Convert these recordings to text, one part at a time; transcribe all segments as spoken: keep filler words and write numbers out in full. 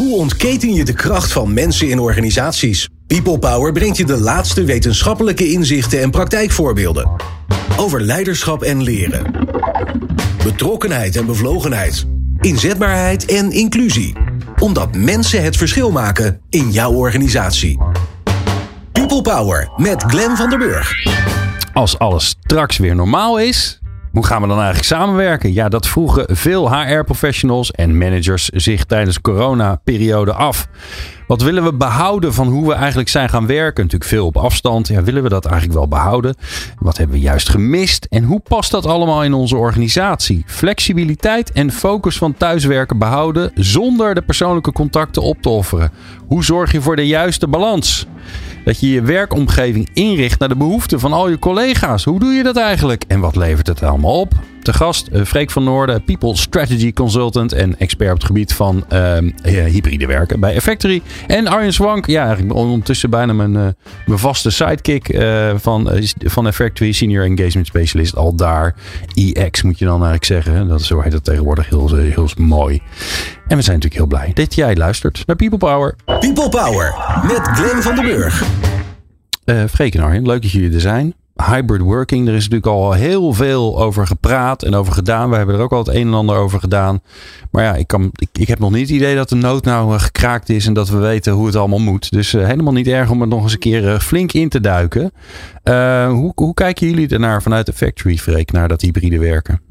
Hoe ontketen je de kracht van mensen in organisaties? People Power brengt je de laatste wetenschappelijke inzichten en praktijkvoorbeelden. Over leiderschap en leren. Betrokkenheid en bevlogenheid. Inzetbaarheid en inclusie. Omdat mensen het verschil maken in jouw organisatie. People Power met Glenn van der Burg. Als alles straks weer normaal is, hoe gaan we dan eigenlijk samenwerken? Ja, dat vroegen veel H R-professionals en managers zich tijdens de coronaperiode af. Wat willen we behouden van hoe we eigenlijk zijn gaan werken? Natuurlijk veel op afstand. Ja, willen we dat eigenlijk wel behouden? Wat hebben we juist gemist? En hoe past dat allemaal in onze organisatie? Flexibiliteit en focus van thuiswerken behouden zonder de persoonlijke contacten op te offeren. Hoe zorg je voor de juiste balans? Dat je je werkomgeving inricht naar de behoeften van al je collega's. Hoe doe je dat eigenlijk? En wat levert het allemaal op? Te gast Freek van Noorden, People Strategy Consultant en expert op het gebied van uh, hybride werken bij Effectory. En Arjen Swank, ja, eigenlijk ondertussen bijna mijn, uh, mijn vaste sidekick uh, van, uh, van Effectory, Senior Engagement Specialist, al daar. E X moet je dan eigenlijk zeggen. Dat is, zo heet dat tegenwoordig, heel, heel mooi. En we zijn natuurlijk heel blij dat jij luistert naar People Power. People Power met Glenn van der Burg. Uh, Freek en Arjen, leuk dat jullie er zijn. Hybrid working, er is natuurlijk al heel veel over gepraat en over gedaan. We hebben er ook al het een en ander over gedaan. Maar ja, ik, kan, ik, ik heb nog niet het idee dat de nood nou uh, gekraakt is en dat we weten hoe het allemaal moet. Dus uh, helemaal niet erg om er nog eens een keer uh, flink in te duiken. Uh, hoe, hoe kijken jullie ernaar vanuit de Factory, Freek, naar dat hybride werken?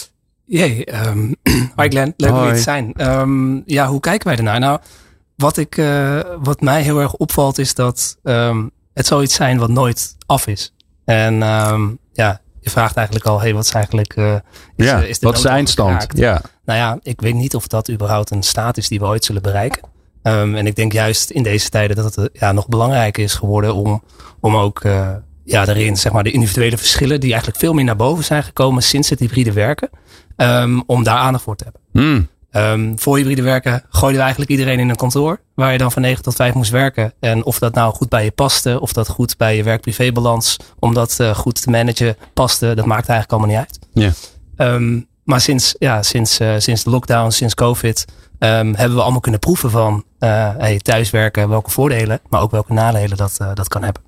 Jee, um, hoi Glenn, leuk om hier te zijn. Um, ja, hoe kijken wij ernaar? Nou, wat, ik, uh, wat mij heel erg opvalt is dat um, het zou iets zijn wat nooit af is. En um, ja, je vraagt eigenlijk al, hey, wat is eigenlijk uh, is, ja, is de wat is de eindstand? Ja. Nou ja, ik weet niet of dat überhaupt een staat is die we ooit zullen bereiken. Um, en ik denk juist in deze tijden dat het uh, ja, nog belangrijker is geworden om, om ook uh, ja, daarin zeg maar de individuele verschillen die eigenlijk veel meer naar boven zijn gekomen sinds het hybride werken, um, om daar aandacht voor te hebben. Mm. Um, voor hybride werken gooiden we eigenlijk iedereen in een kantoor waar je dan van negen tot vijf moest werken. En of dat nou goed bij je paste, of dat goed bij je werk-privé-balans, om dat uh, goed te managen paste, dat maakt eigenlijk allemaal niet uit. Yeah. Um, maar sinds, ja, sinds, uh, sinds de lockdown, sinds COVID, um, hebben we allemaal kunnen proeven van uh, hey, thuiswerken, welke voordelen, maar ook welke nadelen dat, uh, dat kan hebben.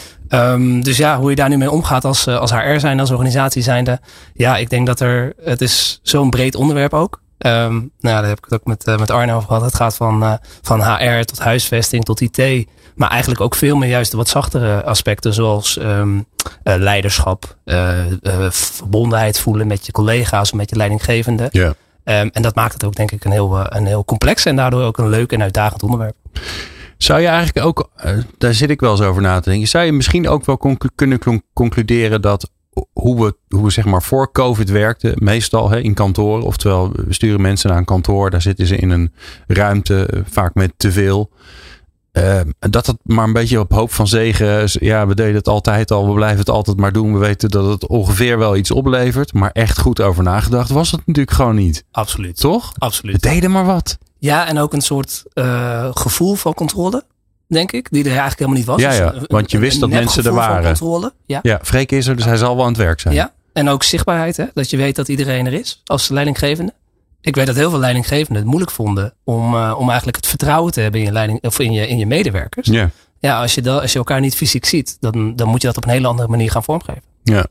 Um, dus ja, hoe je daar nu mee omgaat als, uh, als H R zijn, als organisatie zijnde. Ja, ik denk dat er, het is zo'n breed onderwerp ook. Um, nou, daar heb ik het ook met, uh, met Arno over gehad. Het gaat van, uh, van H R tot huisvesting tot I T. Maar eigenlijk ook veel meer juist de wat zachtere aspecten. Zoals um, uh, leiderschap, uh, uh, verbondenheid voelen met je collega's, met je leidinggevende. Yeah. Um, en dat maakt het ook denk ik een heel, uh, een heel complex en daardoor ook een leuk en uitdagend onderwerp. Zou je eigenlijk ook, uh, daar zit ik wel eens over na te denken. Zou je misschien ook wel conclu- kunnen concluderen dat hoe we, hoe we zeg maar voor COVID werkten, meestal hè, in kantoren. Oftewel, we sturen mensen naar een kantoor. Daar zitten ze in een ruimte, vaak met te veel. Uh, dat het maar een beetje op hoop van zegen. Ja, we deden het altijd al. We blijven het altijd maar doen. We weten dat het ongeveer wel iets oplevert. Maar echt goed over nagedacht was het natuurlijk gewoon niet. Absoluut. Toch? Absoluut. We deden maar wat. Ja, en ook een soort uh, gevoel van controle. Denk ik, die er eigenlijk helemaal niet was. Ja, ja, want je wist een, dat een mensen er waren. Controle. Ja. ja, Freek is er, dus hij zal wel aan het werk zijn. Ja, en ook zichtbaarheid, hè? Dat je weet dat iedereen er is als leidinggevende. Ik weet dat heel veel leidinggevenden het moeilijk vonden om, uh, om eigenlijk het vertrouwen te hebben in je, leiding, of in je, in je medewerkers. Ja, ja als, je dat, als je elkaar niet fysiek ziet, dan, dan moet je dat op een hele andere manier gaan vormgeven. Ja.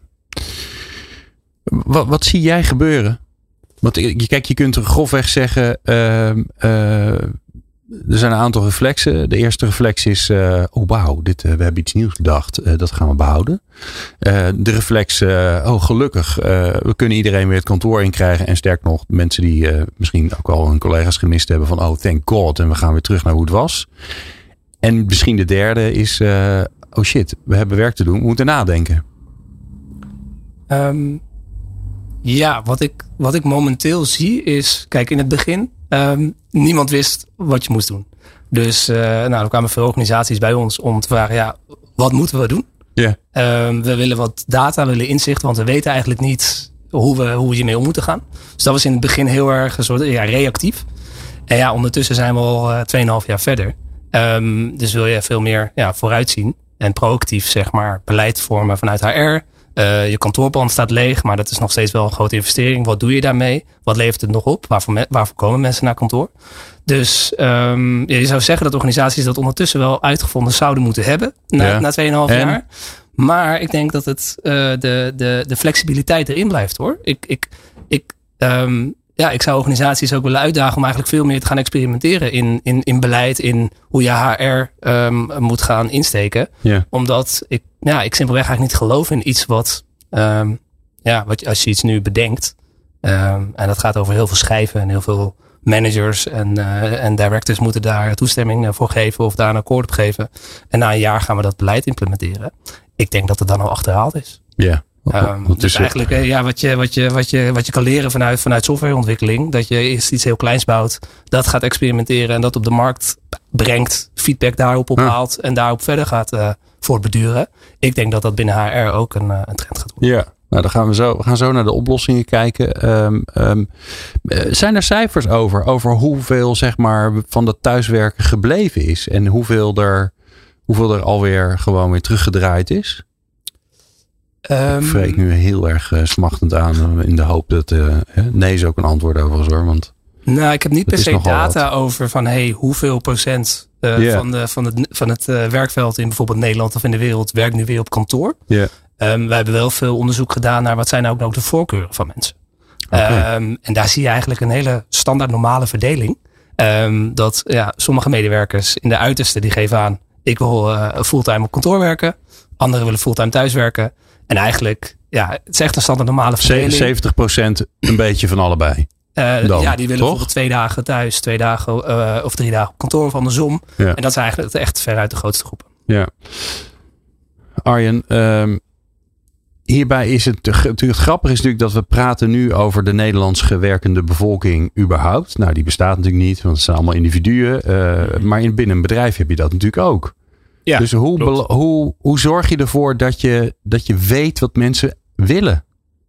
Wat, wat zie jij gebeuren? Want kijk, je kunt er grofweg zeggen, uh, uh, er zijn een aantal reflexen. De eerste reflex is, uh, oh wauw, dit, uh, we hebben iets nieuws bedacht. Uh, dat gaan we behouden. Uh, de reflex, uh, oh gelukkig, uh, we kunnen iedereen weer het kantoor in krijgen. En sterk nog, mensen die uh, misschien ook al hun collega's gemist hebben van, oh thank god. En we gaan weer terug naar hoe het was. En misschien de derde is, uh, oh shit, we hebben werk te doen. We moeten nadenken. Um, ja, wat ik, wat ik momenteel zie is, kijk in het begin, um, niemand wist wat je moest doen. Dus uh, nou, er kwamen veel organisaties bij ons om te vragen, ja, wat moeten we doen? Yeah. Um, we willen wat data, we willen inzicht, want we weten eigenlijk niet hoe we, hoe we hiermee om moeten gaan. Dus dat was in het begin heel erg een soort ja, reactief. En ja, ondertussen zijn we al uh, tweeënhalf jaar verder. Um, dus wil je veel meer ja, vooruitzien en proactief zeg maar beleid vormen vanuit H R. Uh, je kantoorpand staat leeg, maar dat is nog steeds wel een grote investering. Wat doe je daarmee? Wat levert het nog op? Waarvoor, me, waarvoor komen mensen naar kantoor? Dus um, je zou zeggen dat organisaties dat ondertussen wel uitgevonden zouden moeten hebben. Na, ja. na twee komma vijf jaar. Maar ik denk dat het uh, de, de, de flexibiliteit erin blijft hoor. Ik, ik, ik, um, ja, ik zou organisaties ook willen uitdagen om eigenlijk veel meer te gaan experimenteren in, in, in beleid, in hoe je H R um, moet gaan insteken. Ja. Omdat ik, ja, ik simpelweg eigenlijk niet geloof in iets wat, um, ja, wat als je iets nu bedenkt. Um, en dat gaat over heel veel schijven en heel veel managers en, uh, en directors moeten daar toestemming voor geven of daar een akkoord op geven. En na een jaar gaan we dat beleid implementeren. Ik denk dat het dan al achterhaald is. Ja. Um, dus eigenlijk ja, wat, je, wat, je, wat, je, wat je kan leren vanuit, vanuit softwareontwikkeling. Dat je eerst iets heel kleins bouwt. Dat gaat experimenteren en dat op de markt brengt. Feedback daarop ophaalt. Ja. En daarop verder gaat uh, voortbeduren. Ik denk dat dat binnen H R ook een, uh, een trend gaat worden. Ja, nou dan gaan we zo, we gaan zo naar de oplossingen kijken. Um, um, zijn er cijfers over? Over hoeveel zeg maar van dat thuiswerken gebleven is? En hoeveel er, hoeveel er alweer gewoon weer teruggedraaid is? Um, ik vreek nu heel erg uh, smachtend aan in de hoop dat uh, nee is ook een antwoord overigens hoor. Want nou, ik heb niet per se data wat. over van hey, hoeveel procent uh, yeah. van, de, van het, van het uh, werkveld in bijvoorbeeld Nederland of in de wereld werkt nu weer op kantoor. Yeah. Um, wij hebben wel veel onderzoek gedaan naar wat zijn nou ook de voorkeuren van mensen. Okay. Um, en daar zie je eigenlijk een hele standaard normale verdeling. Um, dat ja, sommige medewerkers in de uiterste die geven aan ik wil uh, fulltime op kantoor werken. Anderen willen fulltime thuis werken. En eigenlijk, ja, het is echt een standaard normale verdeling. zeventig procent een beetje van allebei. Uh, Dan, ja, die willen toch? bijvoorbeeld twee dagen thuis, twee dagen uh, of drie dagen op kantoor of andersom. Ja. En dat is eigenlijk echt veruit de grootste groepen. Ja. Arjen, um, hierbij is het natuurlijk het grappige is natuurlijk dat we praten nu over de Nederlands gewerkende bevolking überhaupt. Nou, die bestaat natuurlijk niet, want het zijn allemaal individuen. Uh, maar in binnen een bedrijf heb je dat natuurlijk ook. Ja, dus hoe, bela- hoe, hoe zorg je ervoor dat je, dat je weet wat mensen willen?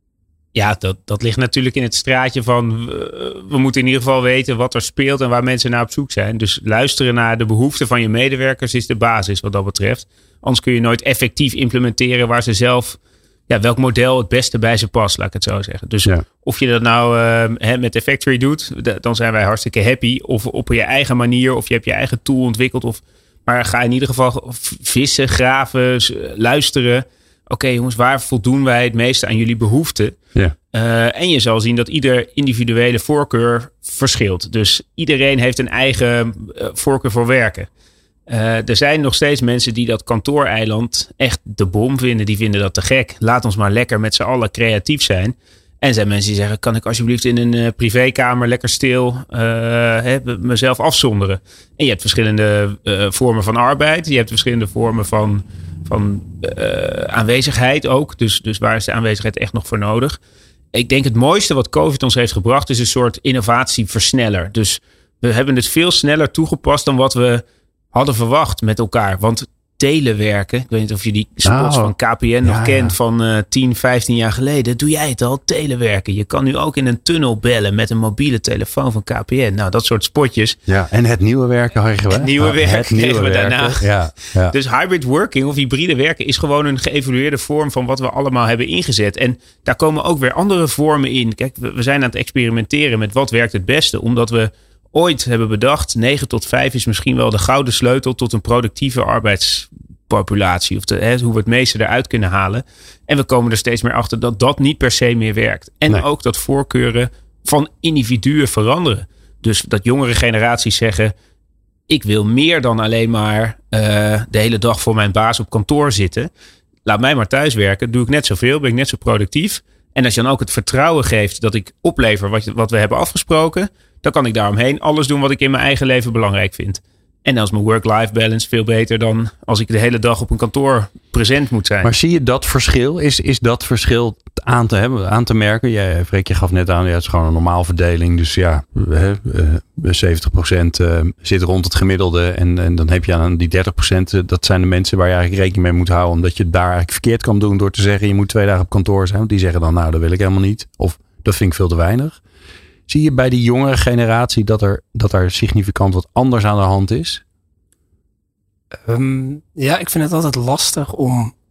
Ja, dat, dat ligt natuurlijk in het straatje van uh, we moeten in ieder geval weten wat er speelt en waar mensen naar op zoek zijn. Dus luisteren naar de behoeften van je medewerkers is de basis wat dat betreft. Anders kun je nooit effectief implementeren waar ze zelf, ja, welk model het beste bij ze past, laat ik het zo zeggen. Dus ja. of je dat nou uh, hè, met de factory doet, dan zijn wij hartstikke happy. Of op je eigen manier, of je hebt je eigen tool ontwikkeld. Of, maar ga in ieder geval vissen, graven, luisteren. Oké okay, jongens, waar voldoen wij het meeste aan jullie behoeften? Ja. Uh, en je zal zien dat ieder individuele voorkeur verschilt. Dus iedereen heeft een eigen uh, voorkeur voor werken. Uh, er zijn nog steeds mensen die dat kantooreiland echt de bom vinden. Die vinden dat te gek. Laat ons maar lekker met z'n allen creatief zijn. En er zijn mensen die zeggen, kan ik alsjeblieft in een uh, privékamer lekker stil uh, he, mezelf afzonderen. En je hebt verschillende uh, vormen van arbeid. Je hebt verschillende vormen van, van uh, aanwezigheid ook. Dus, dus waar is de aanwezigheid echt nog voor nodig? Ik denk het mooiste wat COVID ons heeft gebracht is een soort innovatieversneller. Dus we hebben het veel sneller toegepast dan wat we hadden verwacht met elkaar. Want telewerken, ik weet niet of je die spots oh, van K P N nog ja, kent ja. van uh, tien, vijftien jaar geleden. Doe jij het al? Telewerken. Je kan nu ook in een tunnel bellen met een mobiele telefoon van K P N. Nou, dat soort spotjes. Ja, en het nieuwe werken kregen we. Het nieuwe oh, werken het nieuwe kregen we werken. daarna. Ja, ja. Dus hybrid working of hybride werken is gewoon een geëvolueerde vorm van wat we allemaal hebben ingezet. En daar komen ook weer andere vormen in. Kijk, we, we zijn aan het experimenteren met wat werkt het beste. Omdat we ooit hebben bedacht, negen tot vijf is misschien wel de gouden sleutel tot een productieve arbeidspopulatie. Of de, hè, hoe we het meeste eruit kunnen halen. En we komen er steeds meer achter dat dat niet per se meer werkt. En nee. ook dat voorkeuren van individuen veranderen. Dus dat jongere generaties zeggen, ik wil meer dan alleen maar uh, de hele dag voor mijn baas op kantoor zitten. Laat mij maar thuis werken. Doe ik net zoveel, ben ik net zo productief. En als je dan ook het vertrouwen geeft dat ik oplever wat, wat we hebben afgesproken, dan kan ik daaromheen alles doen wat ik in mijn eigen leven belangrijk vind. En dan is mijn work-life balance veel beter dan als ik de hele dag op een kantoor present moet zijn. Maar zie je dat verschil? Is, is dat verschil aan te, hebben, aan te merken? Jij, Freek, je gaf net aan, ja, het is gewoon een normaal verdeling. Dus ja, uh, zeventig procent uh, zit rond het gemiddelde. En, en dan heb je aan die dertig procent, uh, dat zijn de mensen waar je eigenlijk rekening mee moet houden. Omdat je het daar eigenlijk verkeerd kan doen door te zeggen, je moet twee dagen op kantoor zijn. Want die zeggen dan, nou, dat wil ik helemaal niet. Of dat vind ik veel te weinig. Zie je bij die jongere generatie dat er, dat er significant wat anders aan de hand is? Um, ja, ik vind het altijd lastig om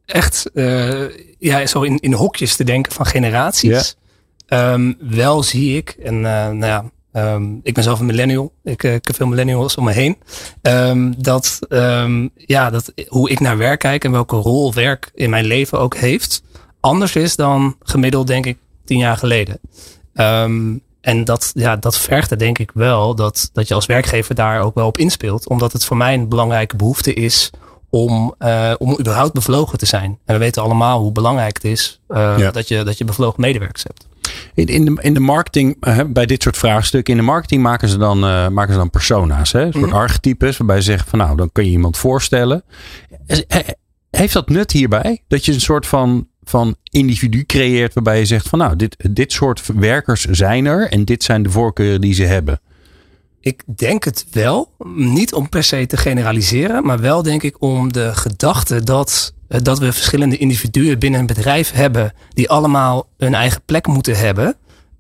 echt uh, ja, zo in, in hokjes te denken van generaties. Ja. Um, wel zie ik, en uh, nou ja, um, ik ben zelf een millennial. Ik, uh, ik heb veel millennials om me heen. Um, dat, um, ja, dat hoe ik naar werk kijk en welke rol werk in mijn leven ook heeft, anders is dan gemiddeld, denk ik, tien jaar geleden. Um, en dat, ja, dat vergt er denk ik wel dat, dat je als werkgever daar ook wel op inspeelt. Omdat het voor mij een belangrijke behoefte is om, uh, om überhaupt bevlogen te zijn. En we weten allemaal hoe belangrijk het is uh, ja. dat, je, dat je bevlogen medewerkers hebt. In, in, de, in de marketing, uh, bij dit soort vraagstukken, in de marketing maken ze dan, uh, maken ze dan persona's. Hè? Een soort mm-hmm. archetypes waarbij ze zeggen van nou, dan kun je iemand voorstellen. Heeft dat nut hierbij? Dat je een soort van, van individu creëert waarbij je zegt van nou, dit, dit soort werkers zijn er en dit zijn de voorkeuren die ze hebben. Ik denk het wel. Niet om per se te generaliseren, maar wel denk ik om de gedachte dat, dat we verschillende individuen binnen een bedrijf hebben die allemaal hun eigen plek moeten hebben.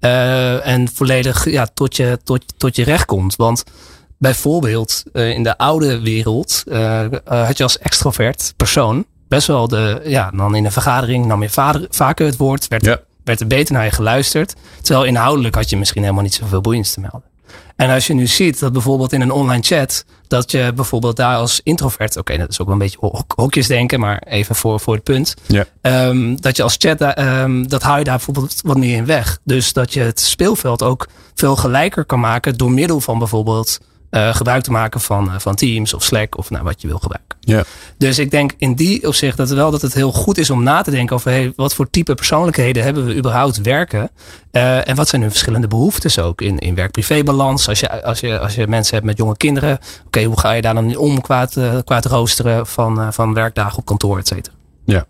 Uh, en volledig ja, tot, je, tot, tot je recht komt. Want bijvoorbeeld uh, in de oude wereld uh, uh, had je als extrovert persoon best wel de, ja, dan in een vergadering nam je vader, vaker het woord, werd, ja. werd er beter naar je geluisterd. Terwijl inhoudelijk had je misschien helemaal niet zoveel boeiends te melden. En als je nu ziet dat bijvoorbeeld in een online chat, dat je bijvoorbeeld daar als introvert, oké, okay, dat is ook wel een beetje hok, hokjes denken, maar even voor, voor het punt. Ja. Um, dat je als chat, um, dat hou je daar bijvoorbeeld wat meer in weg. Dus dat je het speelveld ook veel gelijker kan maken door middel van bijvoorbeeld uh, gebruik te maken van, uh, van Teams of Slack of nou, wat je wil gebruiken. Ja. Dus ik denk in die opzicht dat wel dat het heel goed is om na te denken over hey, wat voor type persoonlijkheden hebben we überhaupt werken. Uh, en wat zijn hun verschillende behoeftes ook in, in werk-privé-balans. Als je, als, je, als je mensen hebt met jonge kinderen. Oké, okay, hoe ga je daar dan om qua het, uh, qua het roosteren van, uh, van werkdagen op kantoor, et cetera. Ja.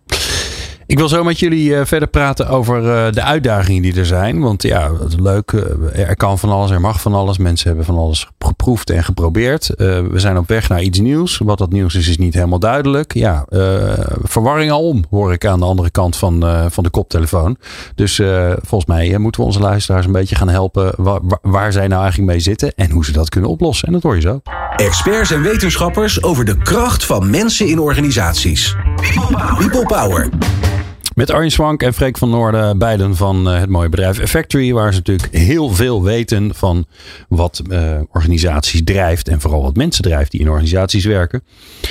Ik wil zo met jullie uh, verder praten over uh, de uitdagingen die er zijn. Want ja, het is leuk. Uh, er kan van alles, er mag van alles. Mensen hebben van alles geproefd en geprobeerd. Uh, we zijn op weg naar iets nieuws. Wat dat nieuws is, is niet helemaal duidelijk. Ja, uh, verwarring al om, hoor ik aan de andere kant van, uh, van de koptelefoon. Dus uh, volgens mij uh, moeten we onze luisteraars een beetje gaan helpen waar, waar zij nou eigenlijk mee zitten en hoe ze dat kunnen oplossen. En dat hoor je zo. Experts en wetenschappers over de kracht van mensen in organisaties. People Power. People Power. Met Arjen Swank en Freek van Noorden, beiden van het mooie bedrijf Effectory, waar ze natuurlijk heel veel weten van wat uh, organisaties drijft en vooral wat mensen drijft die in organisaties werken.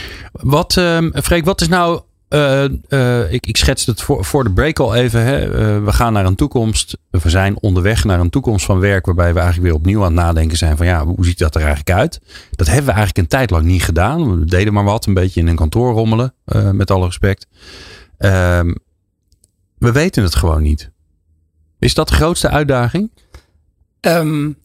Wat, uh, Freek, wat is nou, uh, uh, ik, ik schets het voor, voor de break al even, hè? Uh, we gaan naar een toekomst, we zijn onderweg naar een toekomst van werk waarbij we eigenlijk weer opnieuw aan het nadenken zijn van ja, hoe ziet dat er eigenlijk uit? Dat hebben we eigenlijk een tijd lang niet gedaan. We deden maar wat, een beetje in een kantoor rommelen, uh, met alle respect. Uh, We weten het gewoon niet. Is dat de grootste uitdaging? Um,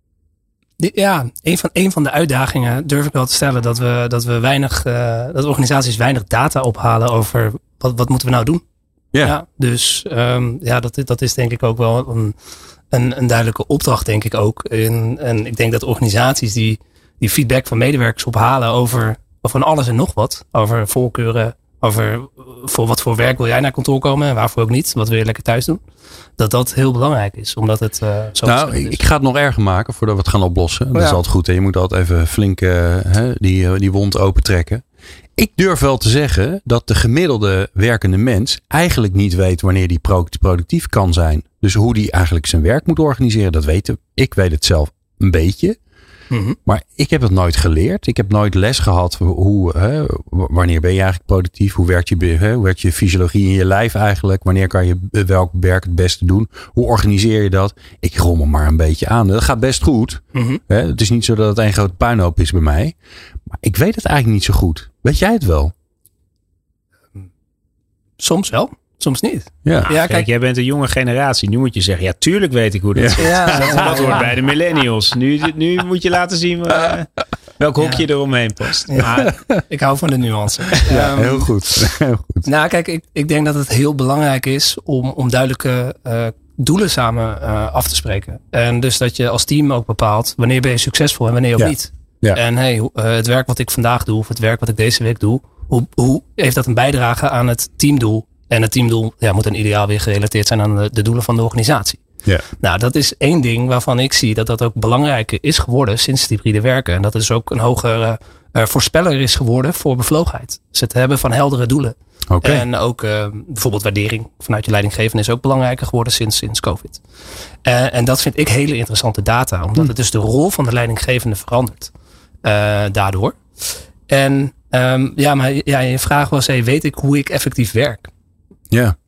die, ja, een van, een van de uitdagingen durf ik wel te stellen dat we, dat we weinig, uh, dat organisaties weinig data ophalen over wat, wat moeten we nou doen. Ja. ja dus um, ja, dat, dat is denk ik ook wel een, een, een duidelijke opdracht, denk ik ook. En, en ik denk dat organisaties die, die feedback van medewerkers ophalen over, over van alles en nog wat, over voorkeuren. Over voor wat voor werk wil jij naar kantoor komen en waarvoor ook niet. Wat wil je lekker thuis doen. Dat dat heel belangrijk is. Omdat het uh, zo nou, is. Ik ga het nog erger maken voordat we het gaan oplossen. Dat oh, ja. is altijd goed. Hè? Je moet altijd even flink uh, hè, die, die wond opentrekken. Ik durf wel te zeggen dat de gemiddelde werkende mens eigenlijk niet weet wanneer die productief kan zijn. Dus hoe die eigenlijk zijn werk moet organiseren. Dat weten. Ik weet het zelf een beetje. Mm-hmm. Maar ik heb het nooit geleerd. Ik heb nooit les gehad. Hoe, hè, wanneer ben je eigenlijk productief? Hoe werkt je, hè, hoe werkt je fysiologie in je lijf eigenlijk? Wanneer kan je welk werk het beste doen? Hoe organiseer je dat? Ik rommel maar een beetje aan. Dat gaat best goed. Mm-hmm. Hè, het is niet zo dat het een grote puinhoop is bij mij. Maar ik weet het eigenlijk niet zo goed. Weet jij het wel? Soms wel. Soms niet. Ja, ja kijk, kijk, jij bent een jonge generatie. Nu moet je zeggen, ja, tuurlijk weet ik hoe dat ja. is. Ja, dat dat hoort ja. bij de millennials. Nu, nu moet je laten zien uh, welk hokje ja. eromheen past. Ja. Maar, ik hou van de nuance. Ja, um, heel goed. heel goed. Nou, kijk, ik, ik denk dat het heel belangrijk is om, om duidelijke uh, doelen samen uh, af te spreken. En dus dat je als team ook bepaalt wanneer ben je succesvol en wanneer ook ja. niet. Ja. En hey, uh, het werk wat ik vandaag doe of het werk wat ik deze week doe, hoe, hoe heeft dat een bijdrage aan het teamdoel? En het teamdoel ja, moet dan ideaal weer gerelateerd zijn aan de, de doelen van de organisatie. Ja. Nou, dat is één ding waarvan ik zie dat dat ook belangrijker is geworden sinds het hybride werken. En dat is ook een hogere uh, voorspeller is geworden voor bevlogenheid. Dus het hebben van heldere doelen. Okay. En ook uh, bijvoorbeeld waardering vanuit je leidinggevende is ook belangrijker geworden sinds, sinds COVID. Uh, en dat vind ik hele interessante data. Omdat hm. het dus de rol van de leidinggevende verandert. Uh, daardoor. En um, ja, maar ja, je vraag was, hey, weet ik hoe ik effectief werk? Ja.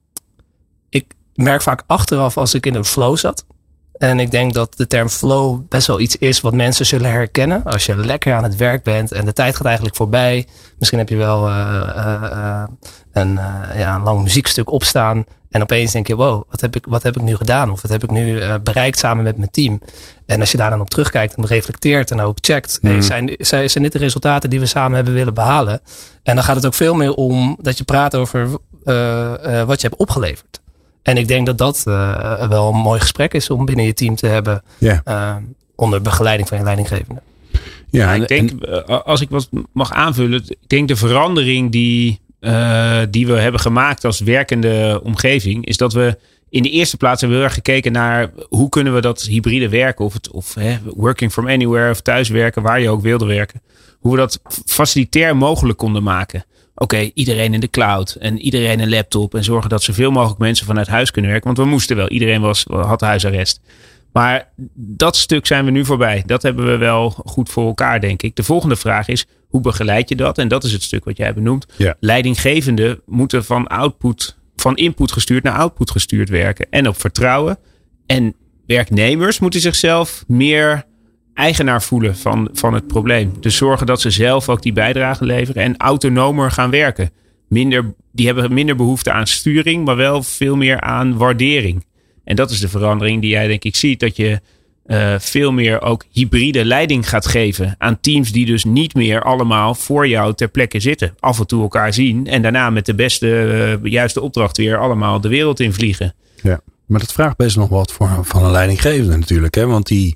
Ik merk vaak achteraf als ik in een flow zat. En ik denk dat de term flow best wel iets is wat mensen zullen herkennen. Als je lekker aan het werk bent en de tijd gaat eigenlijk voorbij. Misschien heb je wel uh, uh, uh, een, uh, ja, een lang muziekstuk opstaan. En opeens denk je, wow, wat heb ik, wat heb ik nu gedaan? Of wat heb ik nu uh, bereikt samen met mijn team? En als je daar dan op terugkijkt en reflecteert en ook checkt. Mm. Hey, zijn, zijn, zijn dit de resultaten die we samen hebben willen behalen? En dan gaat het ook veel meer om dat je praat over uh, uh, wat je hebt opgeleverd. En ik denk dat dat uh, wel een mooi gesprek is om binnen je team te hebben. Yeah. Uh, onder begeleiding van je leidinggevende. Ja, ik denk, en, als ik wat mag aanvullen. Ik denk de verandering die, uh, die we hebben gemaakt als werkende omgeving. Is dat we in de eerste plaats hebben we heel erg gekeken naar hoe kunnen we dat hybride werken. Of, het, of hè, working from anywhere of thuiswerken, waar je ook wilde werken. Hoe we dat facilitair mogelijk konden maken. Oké, okay, iedereen in de cloud en iedereen een laptop. En zorgen dat zoveel mogelijk mensen vanuit huis kunnen werken. Want we moesten wel. Iedereen was, had huisarrest. Maar dat stuk zijn we nu voorbij. Dat hebben we wel goed voor elkaar, denk ik. De volgende vraag is, hoe begeleid je dat? En dat is het stuk wat jij benoemt. Ja. Leidinggevenden moeten van output, van input gestuurd naar output gestuurd werken. En op vertrouwen. En werknemers moeten zichzelf meer eigenaar voelen van, van het probleem. Dus zorgen dat ze zelf ook die bijdrage leveren en autonomer gaan werken. Minder, die hebben minder behoefte aan sturing, maar wel veel meer aan waardering. En dat is de verandering die jij denk ik ziet. Dat je uh, veel meer ook hybride leiding gaat geven aan teams die dus niet meer allemaal voor jou ter plekke zitten. Af en toe elkaar zien en daarna met de beste, uh, juiste opdracht weer allemaal de wereld in vliegen. Ja, maar dat vraagt best nog wat voor, van een leidinggevende natuurlijk. Hè? Want die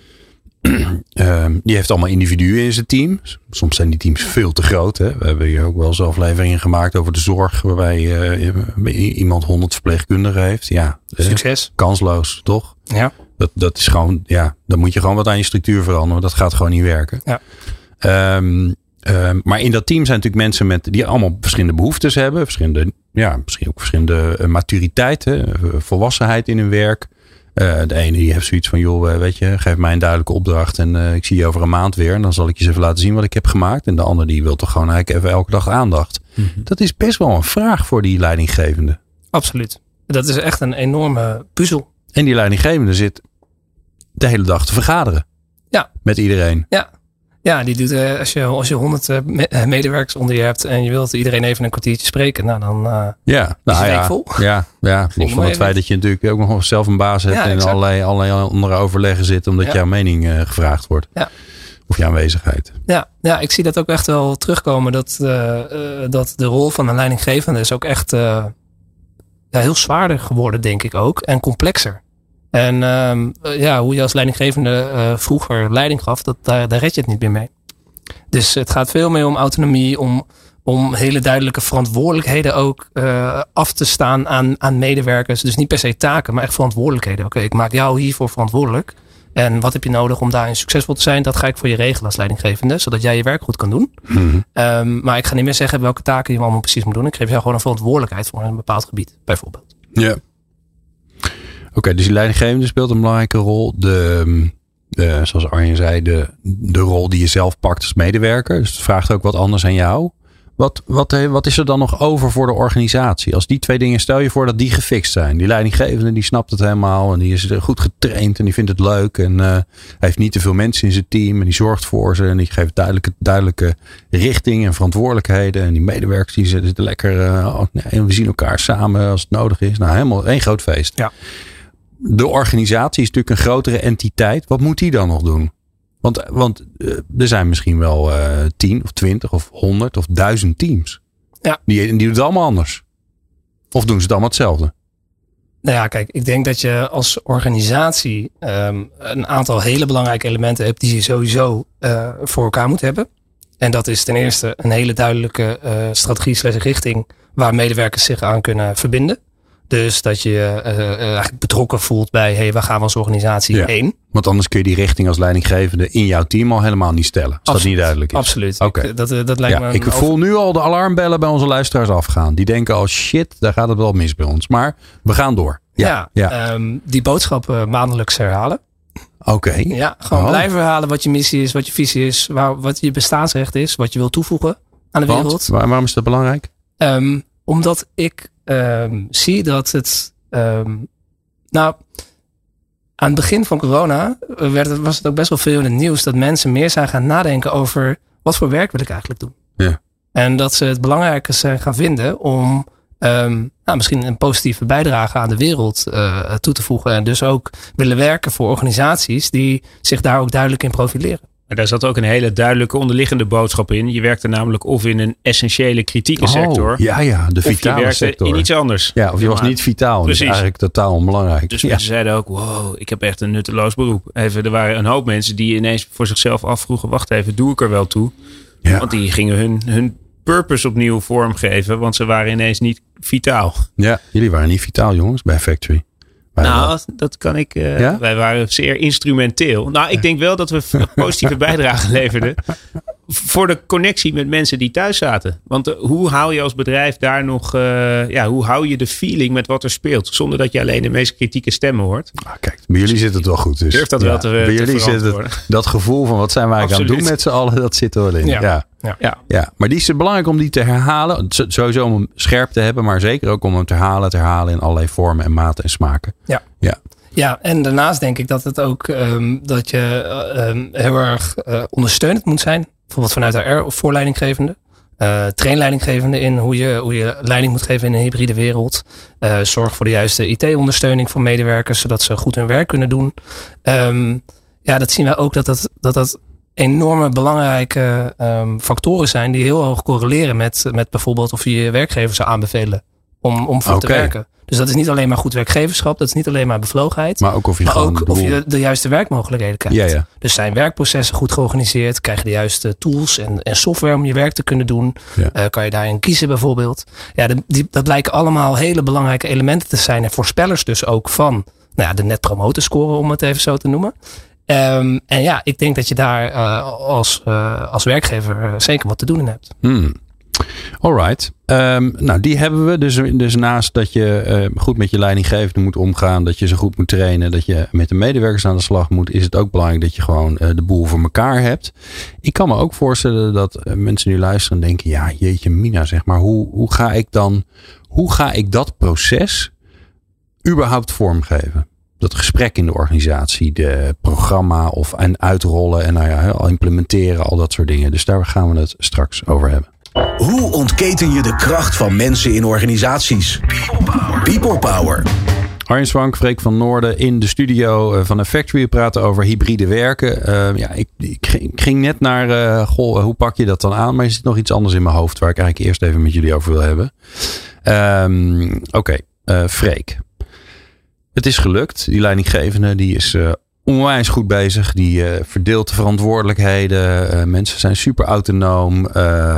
Uh, die heeft allemaal individuen in zijn team. Soms zijn die teams veel te groot. Hè? We hebben hier ook wel eens afleveringen gemaakt over de zorg. Waarbij uh, iemand honderd verpleegkundigen heeft. Ja, succes. Uh, kansloos, toch? Ja. Dat, dat is gewoon, ja, dan moet je gewoon wat aan je structuur veranderen. Dat gaat gewoon niet werken. Ja. Um, um, maar in dat team zijn natuurlijk mensen met, die allemaal verschillende behoeftes hebben. Verschillende, ja, misschien ook verschillende uh, maturiteit. Hè? Volwassenheid in hun werk. Uh, de ene die heeft zoiets van, joh, weet je, geef mij een duidelijke opdracht en uh, ik zie je over een maand weer en dan zal ik je eens even laten zien wat ik heb gemaakt. En de ander die wil toch gewoon eigenlijk even elke dag aandacht. Mm-hmm. Dat is best wel een vraag voor die leidinggevende. Absoluut. Dat is echt een enorme puzzel. En die leidinggevende zit de hele dag te vergaderen. Ja. Met iedereen. Ja. Ja, die doet, uh, als je als je honderd uh, me- medewerkers onder je hebt en je wilt iedereen even een kwartiertje spreken, nou dan uh, ja, nou, is het ja, vol. Ja, ja. Los van het feit dat je natuurlijk ook nog zelf een baas hebt ja, en allerlei, allerlei andere overleggen zit omdat ja. jouw mening uh, gevraagd wordt. Ja. Of je aanwezigheid. Ja, ja, ik zie dat ook echt wel terugkomen. Dat, uh, uh, dat de rol van een leidinggevende is ook echt uh, ja, heel zwaarder geworden, denk ik ook. En complexer. En um, ja, hoe je als leidinggevende uh, vroeger leiding gaf, dat, daar, daar red je het niet meer mee. Dus het gaat veel meer om autonomie, om, om hele duidelijke verantwoordelijkheden ook uh, af te staan aan, aan medewerkers. Dus niet per se taken, maar echt verantwoordelijkheden. Oké, okay, ik maak jou hiervoor verantwoordelijk. En wat heb je nodig om daarin succesvol te zijn? Dat ga ik voor je regelen als leidinggevende, zodat jij je werk goed kan doen. Mm-hmm. Um, maar ik ga niet meer zeggen welke taken je allemaal precies moet doen. Ik geef jou gewoon een verantwoordelijkheid voor een bepaald gebied, bijvoorbeeld. Ja. Oké, okay, dus die leidinggevende speelt een belangrijke rol. De, de, zoals Arjen zei, de, de rol die je zelf pakt als medewerker. Dus het vraagt ook wat anders aan jou. Wat, wat, wat is er dan nog over voor de organisatie? Als die twee dingen, stel je voor dat die gefixt zijn. Die leidinggevende die snapt het helemaal en die is goed getraind en die vindt het leuk. En uh, hij heeft niet te veel mensen in zijn team en die zorgt voor ze. En die geeft duidelijke, duidelijke richting en verantwoordelijkheden. En die medewerkers die zitten lekker, uh, oh, nee, we zien elkaar samen als het nodig is. Nou, helemaal één groot feest. Ja. De organisatie is natuurlijk een grotere entiteit. Wat moet die dan nog doen? Want, want uh, er zijn misschien wel uh, tien of twintig of honderd of duizend teams. Ja. Die, die doen het allemaal anders. Of doen ze het allemaal hetzelfde? Nou ja, kijk, ik denk dat je als organisatie um, een aantal hele belangrijke elementen hebt die je sowieso uh, voor elkaar moet hebben. En dat is ten eerste een hele duidelijke uh, strategie slash richting waar medewerkers zich aan kunnen verbinden. Dus dat je je uh, uh, eigenlijk betrokken voelt bij, hey, waar gaan we als organisatie Ja. heen? Want anders kun je die richting als leidinggevende in jouw team al helemaal niet stellen. Als Absoluut. dat niet duidelijk is. Absoluut. Oké. Ik, dat, dat lijkt Ja, me ik een voel nu al de alarmbellen bij onze luisteraars afgaan. Die denken al shit, daar gaat het wel mis bij ons. Maar we gaan door. Ja, Ja, ja. Um, die boodschappen maandelijks herhalen. Oké. Ja, gewoon Oh. blijven herhalen wat je missie is, wat je visie is, waar, wat je bestaansrecht is, wat je wil toevoegen aan de Want, wereld. waar- waarom is dat belangrijk? Um, omdat ik um, zie dat het... Um, nou, aan het begin van corona werd het, was het ook best wel veel in het nieuws dat mensen meer zijn gaan nadenken over wat voor werk wil ik eigenlijk doen. Ja. En dat ze het belangrijker zijn gaan vinden om um, nou, misschien een positieve bijdrage aan de wereld uh, toe te voegen. En dus ook willen werken voor organisaties die zich daar ook duidelijk in profileren. Maar daar zat ook een hele duidelijke onderliggende boodschap in. Je werkte namelijk of in een essentiële kritieke sector. Oh, ja, ja, de of je vitale werkte sector. in iets anders. Ja, of je was Maar- niet vitaal. Dat is Precies. eigenlijk totaal onbelangrijk. Dus ja. mensen zeiden ook, wow, ik heb echt een nutteloos beroep. Even, er waren een hoop mensen die ineens voor zichzelf afvroegen, wacht even, doe ik er wel toe? Ja. Want die gingen hun, hun purpose opnieuw vormgeven, want ze waren ineens niet vitaal. ja, jullie waren niet vitaal, jongens, bij Factory. Wij wel. Nou, dat kan ik. Uh, Ja? Wij waren zeer instrumenteel. Nou, ik denk wel dat we een positieve bijdrage leverden voor de connectie met mensen die thuis zaten. Want uh, hoe hou je als bedrijf daar nog, uh, ja, hoe hou je de feeling met wat er speelt, zonder dat je alleen de meest kritieke stemmen hoort? Ah, kijk, bij jullie zit het wel goed. Dus. Durf dat ja, wel te- Bij te jullie zit verantwoorden. het, dat gevoel van wat zijn wij eigenlijk aan het doen Absoluut. met z'n allen, dat zit er wel in. Ja. Ja. Ja. Ja. Ja. Maar die is belangrijk om die te herhalen. Z- Sowieso om hem scherp te hebben, maar zeker ook om hem te herhalen, te herhalen in allerlei vormen en maten en smaken. Ja. Ja. Ja, en daarnaast denk ik dat het ook um, dat je uh, um, heel erg uh, ondersteunend moet zijn. Bijvoorbeeld vanuit de R of voorleidinggevende. Uh, trainleidinggevende in hoe je, hoe je leiding moet geven in een hybride wereld. Uh, zorg voor de juiste I T-ondersteuning voor medewerkers, zodat ze goed hun werk kunnen doen. Um, ja, dat zien we ook dat dat, dat, dat enorme belangrijke um, factoren zijn die heel hoog correleren met, met bijvoorbeeld of je je werkgever zou aanbevelen om, om voor Oké. te werken. Dus dat is niet alleen maar goed werkgeverschap, dat is niet alleen maar bevlogenheid. Maar ook of je Maar gewoon ook de of boel- je de juiste werkmogelijkheden krijgt. Ja, ja. Dus zijn werkprocessen goed georganiseerd? Krijg je de juiste tools en, en software om je werk te kunnen doen? Ja. Uh, kan je daarin kiezen bijvoorbeeld? Ja, de, die, dat blijken allemaal hele belangrijke elementen te zijn. En voorspellers dus ook van nou ja, de net promoter score, om het even zo te noemen. Um, en ja, ik denk dat je daar uh, als, uh, als werkgever uh, zeker wat te doen in hebt. Hmm. Alright. Um, nou, die hebben we. Dus, dus naast dat je uh, goed met je leidinggevende moet omgaan, dat je ze goed moet trainen, dat je met de medewerkers aan de slag moet, is het ook belangrijk dat je gewoon uh, de boel voor elkaar hebt. Ik kan me ook voorstellen dat uh, mensen nu luisteren en denken, ja, jeetje mina, zeg maar, hoe, hoe ga ik dan, hoe ga ik dat proces überhaupt vormgeven? Dat gesprek in de organisatie, de programma of en uitrollen en nou ja, al implementeren, al dat soort dingen. Dus daar gaan we het straks over hebben. Hoe ontketen je de kracht van mensen in organisaties? People Power. People Power. Arjen Swank, Freek van Noorden in de studio van A Factory. We praten over hybride werken. Uh, ja, ik, ik, ik ging net naar, uh, goh, hoe pak je dat dan aan? Maar er zit nog iets anders in mijn hoofd waar ik eigenlijk eerst even met jullie over wil hebben. Um, Oké, okay, uh, Freek. Het is gelukt. Die leidinggevende die is uh, onwijs goed bezig. Die uh, verdeelt de verantwoordelijkheden. Uh, mensen zijn super autonoom. Uh,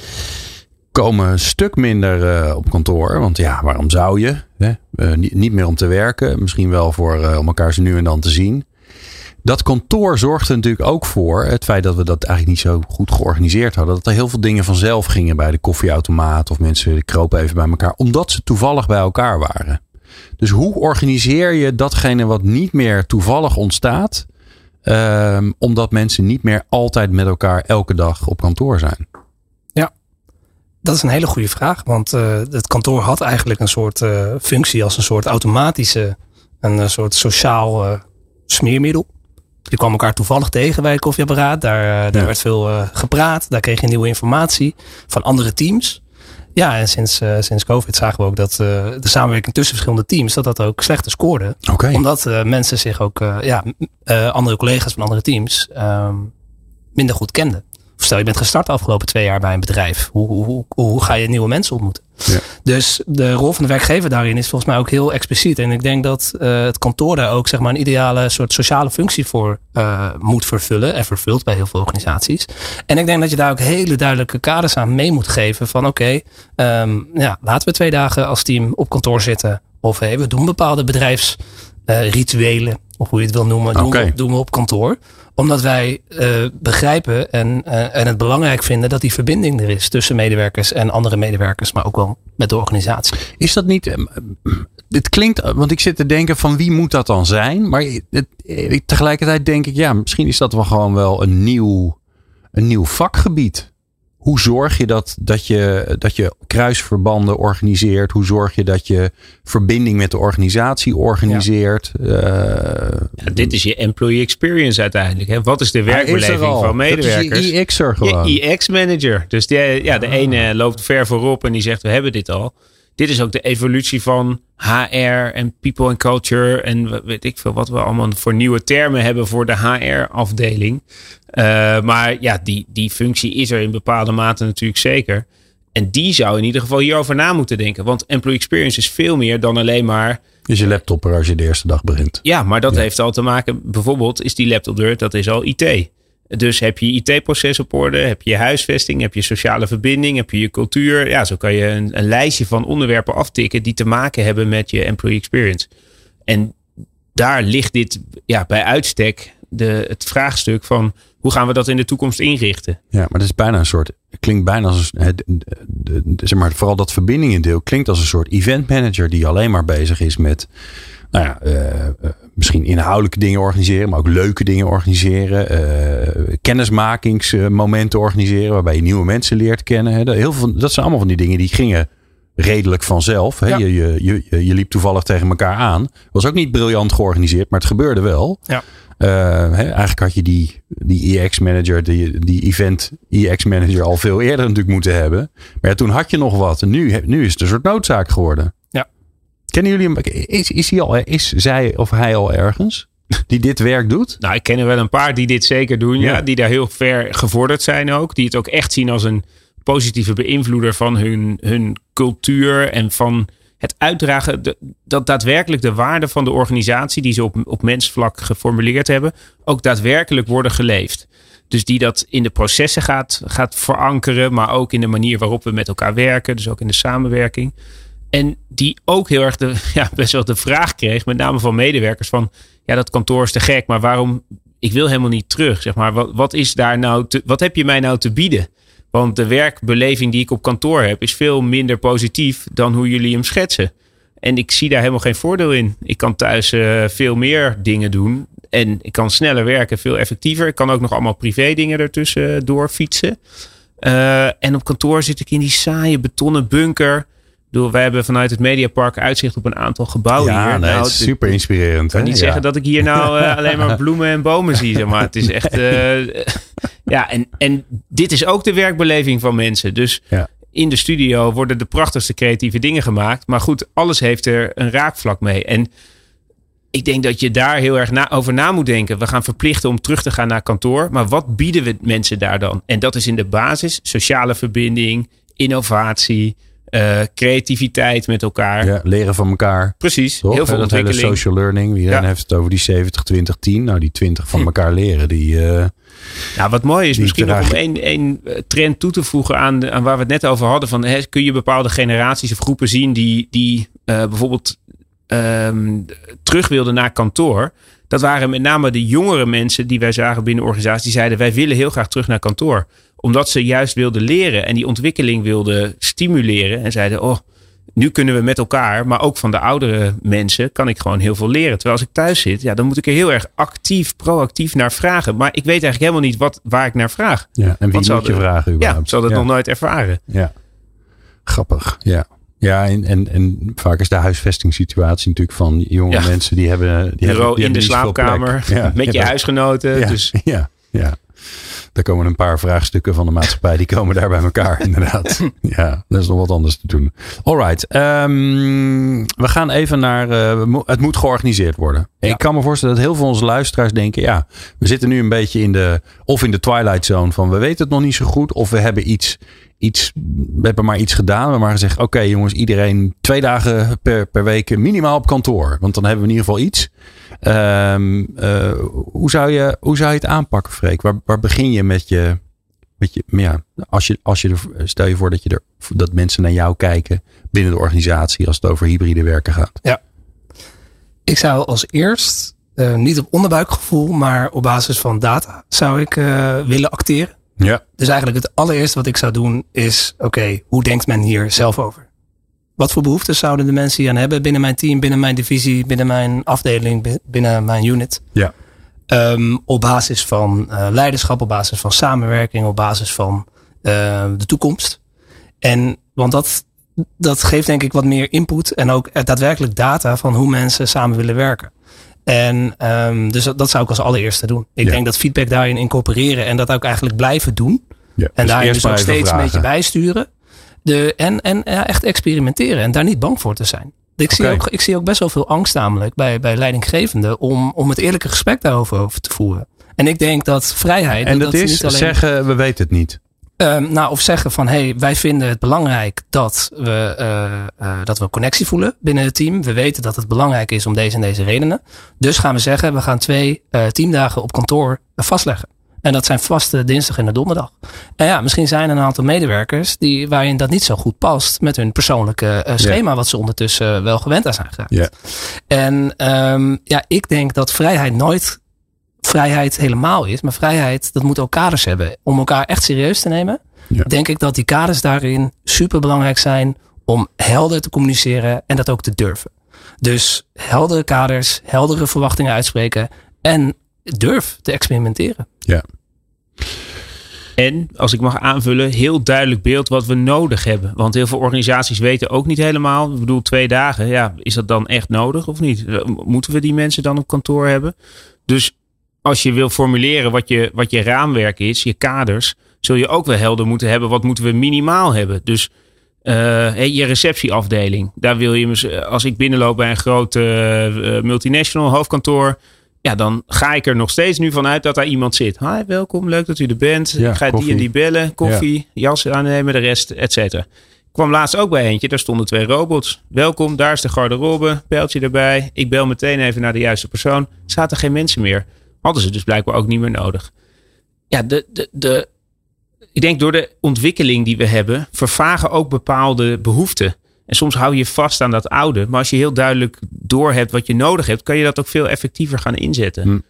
komen een stuk minder uh, op kantoor. Want ja, waarom zou je? Hè? Uh, niet, niet meer om te werken. Misschien wel voor uh, om elkaar zo nu en dan te zien. Dat kantoor zorgt er natuurlijk ook voor. Het feit dat we dat eigenlijk niet zo goed georganiseerd hadden. Dat er heel veel dingen vanzelf gingen bij de koffieautomaat. Of mensen kropen even bij elkaar. Omdat ze toevallig bij elkaar waren. Dus hoe organiseer je datgene wat niet meer toevallig ontstaat? Um, omdat mensen niet meer altijd met elkaar elke dag op kantoor zijn. Ja, dat is een hele goede vraag. Want uh, het kantoor had eigenlijk een soort uh, functie als een soort automatische, een, een soort sociaal uh, smeermiddel. Je kwam elkaar toevallig tegen bij het koffieapparaat. Daar, uh, daar ja. werd veel uh, gepraat. Daar kreeg je nieuwe informatie van andere teams. Ja, en sinds, uh, sinds COVID zagen we ook dat uh, de samenwerking tussen verschillende teams, dat dat ook slechter scoorde. Okay. Omdat uh, mensen zich ook, uh, ja, uh, andere collega's van andere teams um, minder goed kenden. Of stel je bent gestart de afgelopen twee jaar bij een bedrijf. Hoe, hoe, hoe, hoe ga je nieuwe mensen ontmoeten? Ja. Dus de rol van de werkgever daarin is volgens mij ook heel expliciet. En ik denk dat uh, het kantoor daar ook zeg maar een ideale soort sociale functie voor uh, moet vervullen. En vervult bij heel veel organisaties. En ik denk dat je daar ook hele duidelijke kaders aan mee moet geven. Van oké, okay, um, ja, laten we twee dagen als team op kantoor zitten Of hey, we doen bepaalde bedrijfsrituelen. Uh, of hoe je het wil noemen. Doen, okay. we, doen we op kantoor. Omdat wij uh, begrijpen en, uh, en het belangrijk vinden dat die verbinding er is. Tussen medewerkers en andere medewerkers. Maar ook wel met de organisatie. Is dat niet... Uh, dit klinkt... Want ik zit te denken van wie moet dat dan zijn? Maar het, uh, tegelijkertijd denk ik... Ja, misschien is dat wel gewoon wel een nieuw, een nieuw vakgebied. Hoe zorg je dat, dat je dat je kruisverbanden organiseert? Hoe zorg je dat je verbinding met de organisatie organiseert? Ja. Uh, ja, dit is je employee experience uiteindelijk. Hè? Wat is de werkbeleving is van medewerkers? Dat is je I X'er gewoon. Je I X-manager. Dus die, ja, de ah. ene loopt ver voorop en die zegt we hebben dit al. Dit is ook de evolutie van H R en people and culture. En weet ik veel wat we allemaal voor nieuwe termen hebben voor de H R-afdeling. Uh, maar ja, die, die functie is er in bepaalde mate natuurlijk zeker. En die zou in ieder geval hierover na moeten denken. Want employee experience is veel meer dan alleen maar... Is je laptop er als je de eerste dag begint. Ja, maar dat ja. heeft al te maken... Bijvoorbeeld is die laptop er, dat is al I T. Dus heb je je I T-proces op orde, heb je je huisvesting, heb je sociale verbinding, heb je je cultuur. Ja, zo kan je een, een lijstje van onderwerpen aftikken die te maken hebben met je employee experience. En daar ligt dit ja, bij uitstek de, het vraagstuk van hoe gaan we dat in de toekomst inrichten? Ja, maar dat is bijna een soort, klinkt bijna als een, de, de, de, zeg maar, vooral dat verbindingendeel klinkt als een soort event manager die alleen maar bezig is met, nou ja, uh, uh, misschien inhoudelijke dingen organiseren, maar ook leuke dingen organiseren, uh, kennismakingsmomenten organiseren, waarbij je nieuwe mensen leert kennen. Hè. Heel veel, dat zijn allemaal van die dingen die gingen redelijk vanzelf. Hè. Ja. Je, je, je, je liep toevallig tegen elkaar aan. Was ook niet briljant georganiseerd, maar het gebeurde wel. Ja. Uh, hè, eigenlijk had je die, die I X-manager, die, die event I X-manager al veel eerder natuurlijk moeten hebben. Maar ja, toen had je nog wat. En nu, nu is het een soort noodzaak geworden. Ja. Kennen jullie hem? Is, is, hij al, is zij of hij al ergens die dit werk doet? Nou, ik ken er wel een paar die dit zeker doen. Ja. Ja, die daar heel ver gevorderd zijn ook. Die het ook echt zien als een positieve beïnvloeder van hun, hun cultuur en van het uitdragen, de, dat daadwerkelijk de waarden van de organisatie die ze op, op mensvlak geformuleerd hebben, ook daadwerkelijk worden geleefd. Dus die dat in de processen gaat, gaat verankeren, maar ook in de manier waarop we met elkaar werken, dus ook in de samenwerking. En die ook heel erg de, ja, best wel de vraag kreeg, met name van medewerkers, van ja, dat kantoor is te gek, maar waarom, ik wil helemaal niet terug. Zeg maar, wat, wat is daar nou te, wat heb je mij nou te bieden? Want de werkbeleving die ik op kantoor heb is veel minder positief dan hoe jullie hem schetsen. En ik zie daar helemaal geen voordeel in. Ik kan thuis uh, veel meer dingen doen. En ik kan sneller werken, veel effectiever. Ik kan ook nog allemaal privé dingen ertussen doorfietsen. Uh, en op kantoor zit ik in die saaie betonnen bunker. Bedoel, wij hebben vanuit het Mediapark uitzicht op een aantal gebouwen ja, hier. Nee, nou, het is super inspirerend. Ik kan niet ja. zeggen dat ik hier nou uh, alleen maar bloemen en bomen zie. Zeg maar. Het is echt... Uh, ja, en, en dit is ook de werkbeleving van mensen. Dus ja. In de studio worden de prachtigste creatieve dingen gemaakt. Maar goed, alles heeft er een raakvlak mee. En ik denk dat je daar heel erg na, over na moet denken. We gaan verplichten om terug te gaan naar kantoor. Maar wat bieden we mensen daar dan? En dat is in de basis sociale verbinding, innovatie, uh, creativiteit met elkaar. Ja, leren van elkaar. Precies. Toch? Heel veel dat hele social learning. Iedereen ja. heeft het over die zeventig twintig tien. Nou, die twintig van elkaar leren. Die, uh, nou, wat mooi is misschien nog om één, één trend toe te voegen aan, aan waar we het net over hadden. Van, hè, kun je bepaalde generaties of groepen zien die, die uh, bijvoorbeeld um, terug wilden naar kantoor. Dat waren met name de jongere mensen die wij zagen binnen organisaties. Die zeiden wij willen heel graag terug naar kantoor. Omdat ze juist wilden leren en die ontwikkeling wilden stimuleren. En zeiden oh, nu kunnen we met elkaar, maar ook van de oudere mensen kan ik gewoon heel veel leren. Terwijl als ik thuis zit, ja, dan moet ik er heel erg actief, proactief naar vragen. Maar ik weet eigenlijk helemaal niet wat, waar ik naar vraag. Ja, en wie moet je vragen überhaupt? Ja, ik zal dat ja. nog nooit ervaren. Ja, grappig. Ja. Ja, en, en, en vaak is de huisvestingssituatie natuurlijk van jonge ja. mensen die hebben... Die Bureau hebben, die in de slaapkamer, ja, met je ja, huisgenoten. Ja, dus. ja, ja. Daar komen een paar vraagstukken van de maatschappij. Die komen daar bij elkaar inderdaad. Ja, dat is nog wat anders te doen. Alright. Um, we gaan even naar... Uh, het moet georganiseerd worden. Ja. Ik kan me voorstellen dat heel veel onze luisteraars denken... Ja, we zitten nu een beetje in de... Of in de twilight zone van we weten het nog niet zo goed. Of we hebben iets... iets we hebben maar iets gedaan. We hebben maar gezegd... Oké okay, jongens, iedereen twee dagen per, per week minimaal op kantoor. Want dan hebben we in ieder geval iets... Um, uh, hoe, zou je, hoe zou je het aanpakken, Freek? Waar, waar begin je met je, Weet je, maar ja, als je, als je er, stel je voor dat, je er, dat mensen naar jou kijken binnen de organisatie als het over hybride werken gaat. Ja. Ik zou als eerst, uh, niet op onderbuikgevoel, maar op basis van data zou ik uh, willen acteren. Ja. Dus eigenlijk het allereerste wat ik zou doen is, oké, okay, hoe denkt men hier zelf over? Wat voor behoeftes zouden de mensen hier aan hebben binnen mijn team, binnen mijn divisie, binnen mijn afdeling, binnen mijn unit? Ja. Um, op basis van uh, leiderschap, op basis van samenwerking, op basis van uh, de toekomst. En want dat, dat geeft denk ik wat meer input en ook daadwerkelijk data van hoe mensen samen willen werken. En um, dus dat, dat zou ik als allereerste doen. Ik ja. denk dat feedback daarin incorporeren en dat ook eigenlijk blijven doen. Ja, en dus daarin dus ook steeds vragen. een beetje bijsturen. De, en en ja, echt experimenteren en daar niet bang voor te zijn. Ik, okay. zie ook, ik zie ook best wel veel angst namelijk bij, bij leidinggevenden om, om het eerlijke gesprek daarover over te voeren. En ik denk dat vrijheid... En dat, dat is niet alleen, zeggen, we weten het niet. Um, nou, of zeggen van, hey, wij vinden het belangrijk dat we, uh, uh, dat we connectie voelen binnen het team. We weten dat het belangrijk is om deze en deze redenen. Dus gaan we zeggen, we gaan twee uh, teamdagen op kantoor vastleggen. En dat zijn vaste dinsdag en de donderdag. En ja, misschien zijn er een aantal medewerkers die, waarin dat niet zo goed past met hun persoonlijke uh, schema, yeah. wat ze ondertussen uh, wel gewend aan zijn geraakt. Yeah. En um, ja, ik denk dat vrijheid nooit vrijheid helemaal is. Maar vrijheid, dat moet ook kaders hebben. Om elkaar echt serieus te nemen, yeah. denk ik dat die kaders daarin super belangrijk zijn om helder te communiceren en dat ook te durven. Dus heldere kaders, heldere verwachtingen uitspreken en durf te experimenteren. Ja. En, als ik mag aanvullen, heel duidelijk beeld wat we nodig hebben. Want heel veel organisaties weten ook niet helemaal. Ik bedoel, twee dagen, ja, is dat dan echt nodig of niet? Moeten we die mensen dan op kantoor hebben? Dus als je wil formuleren wat je, wat je raamwerk is, je kaders, zul je ook wel helder moeten hebben. Wat moeten we minimaal hebben? Dus uh, je receptieafdeling. Daar wil je, als ik binnenloop bij een groot uh, multinational hoofdkantoor, ja, dan ga ik er nog steeds nu vanuit dat daar iemand zit. Hi, welkom, leuk dat u er bent. Ja, ik ga koffie. die en die bellen, koffie, ja. jas aannemen, de rest, et cetera. Ik kwam laatst ook bij eentje, daar stonden twee robots. Welkom, daar is de garderobe, pijltje erbij. Ik bel meteen even naar de juiste persoon. Er zaten geen mensen meer. Hadden ze dus blijkbaar ook niet meer nodig. Ja, de, de, de, ik denk door de ontwikkeling die we hebben, vervagen ook bepaalde behoeften. En soms hou je vast aan dat oude. Maar als je heel duidelijk doorhebt wat je nodig hebt, kan je dat ook veel effectiever gaan inzetten. Hm.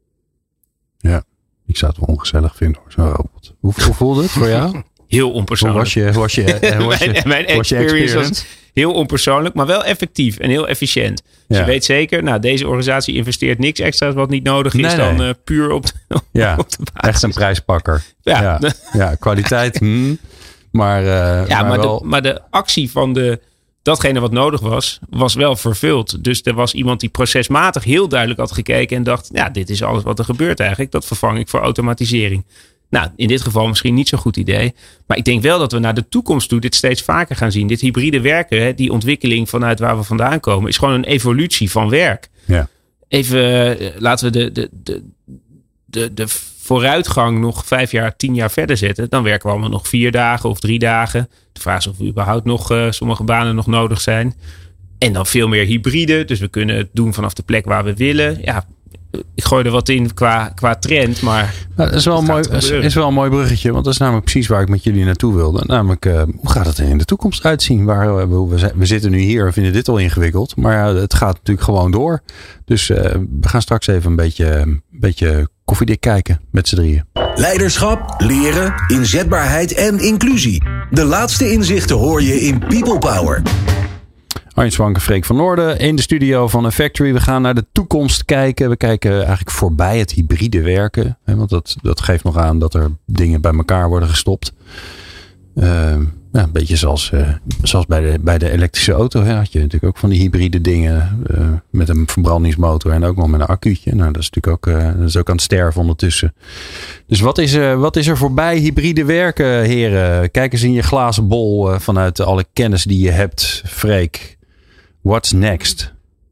Ja, ik zou het wel ongezellig vinden hoor, zo'n robot. Hoe, hoe voelde het voor jou? Heel onpersoonlijk. Hoe was je, was je, hoe was je, mijn mijn was je experience, experience was heel onpersoonlijk, maar wel effectief en heel efficiënt. Dus ja. je weet zeker, nou, deze organisatie investeert niks extra's wat niet nodig is nee, dan nee. Uh, puur op de, ja, op de basis. Echt een prijspakker. Ja, ja, ja kwaliteit. hmm. Maar, uh, ja, maar, maar, wel... de, maar de actie van de, datgene wat nodig was, was wel vervuld. Dus er was iemand die procesmatig heel duidelijk had gekeken en dacht, ja, dit is alles wat er gebeurt eigenlijk. Dat vervang ik voor automatisering. Nou, in dit geval misschien niet zo'n goed idee. Maar ik denk wel dat we naar de toekomst toe dit steeds vaker gaan zien. Dit hybride werken, hè, die ontwikkeling vanuit waar we vandaan komen, is gewoon een evolutie van werk. Ja. Even, uh, laten we de, de, de, de, de vooruitgang nog vijf jaar, tien jaar verder zetten. Dan werken we allemaal nog vier dagen of drie dagen. De vraag is of er überhaupt nog uh, sommige banen nog nodig zijn. En dan veel meer hybride. Dus we kunnen het doen vanaf de plek waar we willen. Ja, ik gooi er wat in qua, qua trend, maar nou, dat is wel, een mooi, is, is wel een mooi bruggetje, want dat is namelijk precies waar ik met jullie naartoe wilde. Namelijk, uh, hoe gaat het er in de toekomst uitzien? Waar, uh, we, we zitten nu hier en vinden dit al ingewikkeld, maar uh, het gaat natuurlijk gewoon door. Dus uh, we gaan straks even een beetje, een beetje koffiedik kijken met z'n drieën. Leiderschap, leren, inzetbaarheid en inclusie. De laatste inzichten hoor je in People Power. Arjen Swanke, Freek van Noorden in de studio van A Factory. We gaan naar de toekomst kijken. We kijken eigenlijk voorbij het hybride werken. Hè, want dat, dat geeft nog aan dat er dingen bij elkaar worden gestopt. Uh, ja, een beetje zoals, uh, zoals bij, de, bij de elektrische auto. Hè, had je natuurlijk ook van die hybride dingen. Uh, met een verbrandingsmotor en ook nog met een accuutje. Nou, dat is natuurlijk ook, uh, dat is ook aan het sterven ondertussen. Dus wat is, er, wat is er voorbij hybride werken, heren? Kijk eens in je glazen bol uh, vanuit alle kennis die je hebt, Freek. What's next?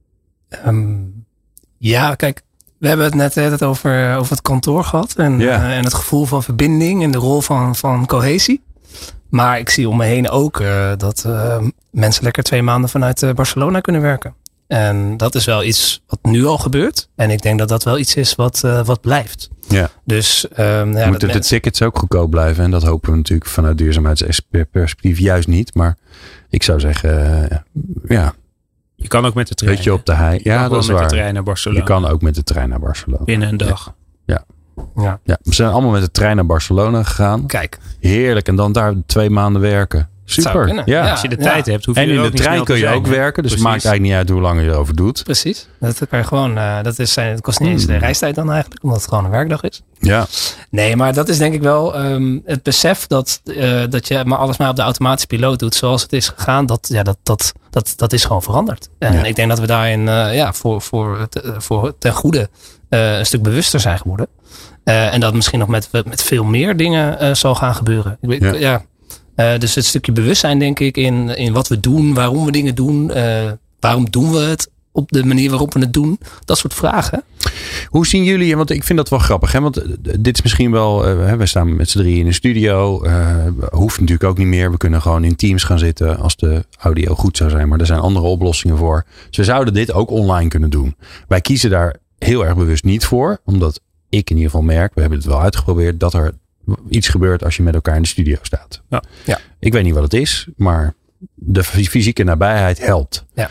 Um, ja, kijk, we hebben het net het over, over het kantoor gehad. En, yeah. uh, en het gevoel van verbinding en de rol van, van cohesie. Maar ik zie om me heen ook uh, dat uh, mensen lekker twee maanden vanuit uh, Barcelona kunnen werken. En dat is wel iets wat nu al gebeurt. En ik denk dat dat wel iets is wat, uh, wat blijft. Ja. Dus um, ja, moeten de mensen... tickets ook goedkoop blijven. En dat hopen we natuurlijk vanuit duurzaamheidsperspectief juist niet. Maar ik zou zeggen, uh, ja. Je kan ook met de trein. Weet je, op de hei. Ja, dat is met waar. de trein naar Barcelona. Je kan ook met de trein naar Barcelona. Binnen een dag. Ja. Ja. Ja. ja. We zijn allemaal met de trein naar Barcelona gegaan. Kijk. Heerlijk. En dan daar twee maanden werken. Super. Ja. Ja. Als je de tijd ja. hebt, hoef je en in er ook de trein kun je ook werken. Dus het maakt eigenlijk niet uit hoe lang je erover doet. Precies. Dat kan je gewoon. Uh, dat is, het kost niet eens hmm. de reistijd dan eigenlijk, omdat het gewoon een werkdag is. Ja. Nee, maar dat is denk ik wel um, het besef dat, uh, dat je maar alles maar op de automatische piloot doet zoals het is gegaan. Dat, ja, dat, dat, dat, dat is gewoon veranderd. En ja. ik denk dat we daarin uh, ja, voor, voor, te, voor ten goede uh, een stuk bewuster zijn geworden. Uh, en dat misschien nog met, met veel meer dingen uh, zal gaan gebeuren. Ik weet, ja. ja. Uh, dus het stukje bewustzijn denk ik in, in wat we doen, waarom we dingen doen, uh, waarom doen we het op de manier waarop we het doen. Dat soort vragen. Hoe zien jullie, want ik vind dat wel grappig. Hè? Want dit is misschien wel, uh, wij staan met z'n drieën in de studio. Uh, hoeft natuurlijk ook niet meer. We kunnen gewoon in Teams gaan zitten als de audio goed zou zijn. Maar er zijn andere oplossingen voor. Dus we zouden dit ook online kunnen doen. Wij kiezen daar heel erg bewust niet voor. Omdat ik in ieder geval merk, we hebben het wel uitgeprobeerd, dat er iets gebeurt als je met elkaar in de studio staat. Ja. Ja. Ik weet niet wat het is, maar de fysieke nabijheid helpt. Ja.